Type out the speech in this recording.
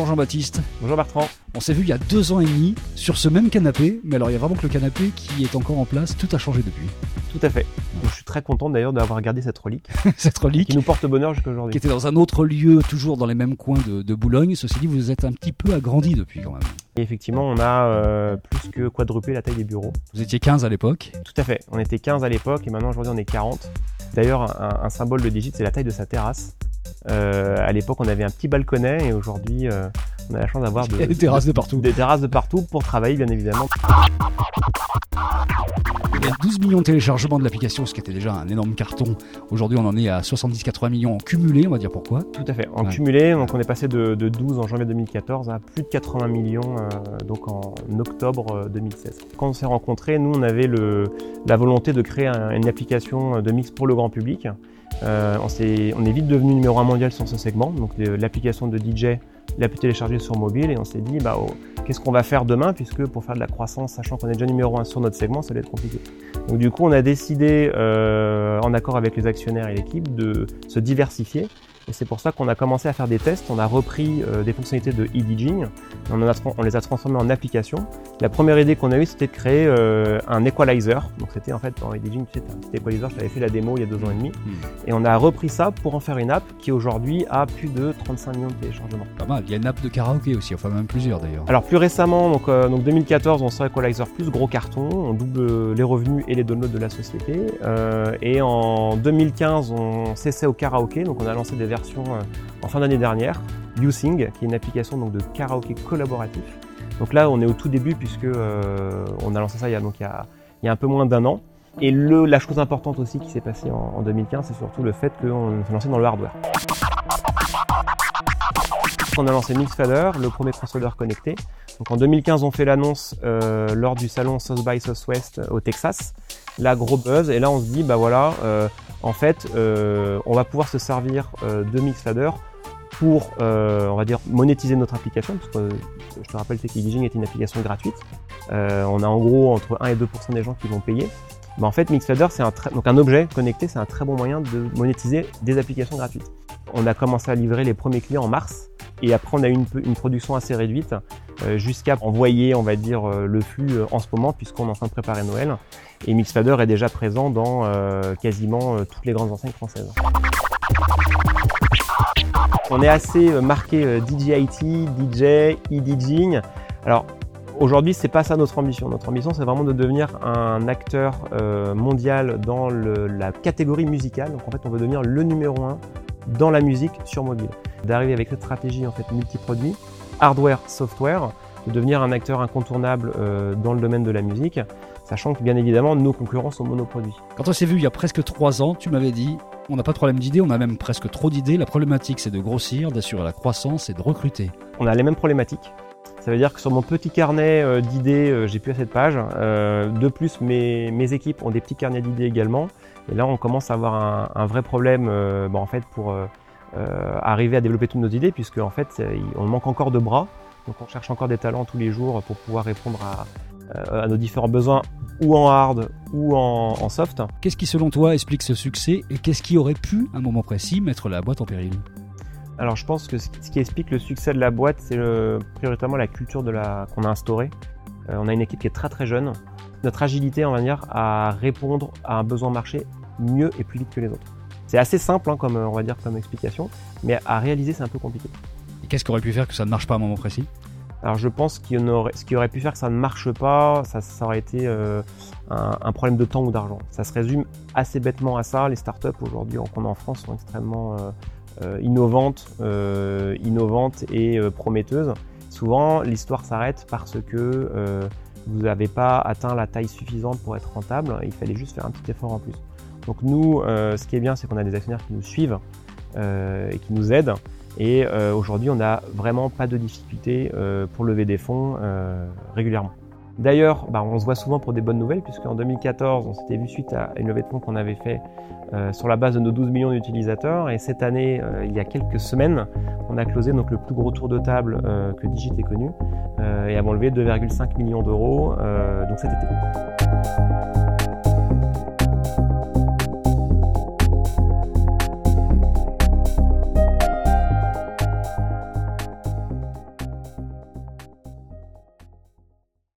Jean-Baptiste. Bonjour Bertrand. On s'est vu il y a 2 ans et demi sur ce même canapé, mais alors il y a vraiment que le canapé qui est encore en place, tout a changé depuis. Tout à fait. Donc, je suis très content d'ailleurs d'avoir gardé cette relique. Cette relique qui nous porte bonheur jusqu'à aujourd'hui. Qui était dans un autre lieu, toujours dans les mêmes coins de Boulogne. Ceci dit, vous êtes un petit peu agrandi depuis quand même. Et effectivement, on a plus que quadruplé la taille des bureaux. Vous étiez 15 à l'époque. Tout à fait. On était 15 à l'époque et maintenant aujourd'hui on est 40. D'ailleurs, un symbole de Digit, c'est la taille de sa terrasse. À l'époque, on avait un petit balconnet et aujourd'hui, on a la chance d'avoir des terrasses de partout. Des terrasses de partout pour travailler, bien évidemment. Il y a 12 millions de téléchargements de l'application, ce qui était déjà un énorme carton. Aujourd'hui, on en est à 70-80 millions en cumulé, on va dire pourquoi. Tout à fait, en cumulé. Donc on est passé de 12 en janvier 2014 à plus de 80 millions donc en octobre 2016. Quand on s'est rencontrés, nous, on avait la volonté de créer une application de mix pour le grand public. On est vite devenu numéro 1 mondial sur ce segment, donc l'application de DJ l'a pu télécharger sur mobile et on s'est dit qu'est-ce qu'on va faire demain, puisque pour faire de la croissance, sachant qu'on est déjà numéro 1 sur notre segment, ça va être compliqué. Donc du coup, on a décidé, en accord avec les actionnaires et l'équipe, de se diversifier. Et c'est pour ça qu'on a commencé à faire des tests. On a repris des fonctionnalités de e-DJing, on les a transformées en applications. La première idée qu'on a eue, c'était de créer un equalizer. Donc c'était en fait, en e-DJing, tu sais, un petit equalizer, je t'avais fait la démo il y a 2 ans et demi. Et on a repris ça pour en faire une app qui aujourd'hui a plus de 35 millions de téléchargements. Pas mal, il y a une app de karaoké aussi, enfin même plusieurs d'ailleurs. Alors plus récemment, donc 2014, on sort Equalizer Plus, gros carton, on double les revenus et les downloads de la société. Et en 2015, on s'essaie au karaoké, donc on a lancé des versions en fin d'année dernière, YouSing, qui est une application donc, de karaoké collaboratif. Donc là, on est au tout début puisque on a lancé ça il y a un peu moins d'1 an. Et la chose importante aussi qui s'est passée en 2015, c'est surtout le fait qu'on s'est lancé dans le hardware. On a lancé Mixfader, le premier crossover connecté. Donc en 2015, on fait l'annonce lors du salon South by Southwest au Texas. Là, gros buzz. Et là, on se dit, en fait, on va pouvoir se servir de Mixfader pour, on va dire, monétiser notre application. Parce que je te rappelle que e-DJing est une application gratuite. On a en gros entre 1 et 2% des gens qui vont payer. En fait, Mixfader, c'est un objet connecté, c'est un très bon moyen de monétiser des applications gratuites. On a commencé à livrer les premiers clients en mars. Et après, on a eu une production assez réduite jusqu'à envoyer, on va dire, le flux en ce moment puisqu'on est en train de préparer Noël. Et Mixfader est déjà présent dans quasiment toutes les grandes enseignes françaises. On est assez marqué DJ IT, DJ, e-DJing. Alors, aujourd'hui, c'est pas ça notre ambition. Notre ambition, c'est vraiment de devenir un acteur mondial dans la catégorie musicale. Donc, en fait, on veut devenir le numéro 1 dans la musique sur mobile. D'arriver avec cette stratégie en fait multi-produit, hardware, software, de devenir un acteur incontournable dans le domaine de la musique, sachant que bien évidemment nos concurrents sont monoproduits. Quand on s'est vu il y a presque 3 ans, tu m'avais dit on n'a pas de problème d'idées, on a même presque trop d'idées. La problématique c'est de grossir, d'assurer la croissance et de recruter. On a les mêmes problématiques. Ça veut dire que sur mon petit carnet d'idées, j'ai plus assez de pages. De plus, mes équipes ont des petits carnets d'idées également. Et là, on commence à avoir un vrai problème en fait, pour arriver à développer toutes nos idées, puisque en fait, on manque encore de bras. Donc, on cherche encore des talents tous les jours pour pouvoir répondre à nos différents besoins, ou en hard, ou en soft. Qu'est-ce qui, selon toi, explique ce succès et qu'est-ce qui aurait pu, à un moment précis, mettre la boîte en péril ? Alors, je pense que ce qui explique le succès de la boîte, c'est prioritairement la culture qu'on a instaurée. On a une équipe qui est très très jeune. Notre agilité, on va dire, à répondre à un besoin marché mieux et plus vite que les autres. C'est assez simple, comme explication, mais à réaliser, c'est un peu compliqué. Et qu'est-ce qui aurait pu faire que ça ne marche pas à un moment précis ? Alors, je pense ce qui aurait pu faire que ça ne marche pas, ça aurait été un problème de temps ou d'argent. Ça se résume assez bêtement à ça. Les startups aujourd'hui qu'on a en France sont extrêmement innovantes et prometteuses. Souvent, l'histoire s'arrête parce que vous n'avez pas atteint la taille suffisante pour être rentable. Il fallait juste faire un petit effort en plus. Donc nous, ce qui est bien, c'est qu'on a des actionnaires qui nous suivent et qui nous aident. Et aujourd'hui, on n'a vraiment pas de difficulté pour lever des fonds régulièrement. D'ailleurs, on se voit souvent pour des bonnes nouvelles, puisqu'en 2014, on s'était vu suite à une levée de fonds qu'on avait fait sur la base de nos 12 millions d'utilisateurs. Et cette année, il y a quelques semaines, on a closé donc, le plus gros tour de table que Digit ait connu et avons levé 2,5 millions d'euros donc cet été.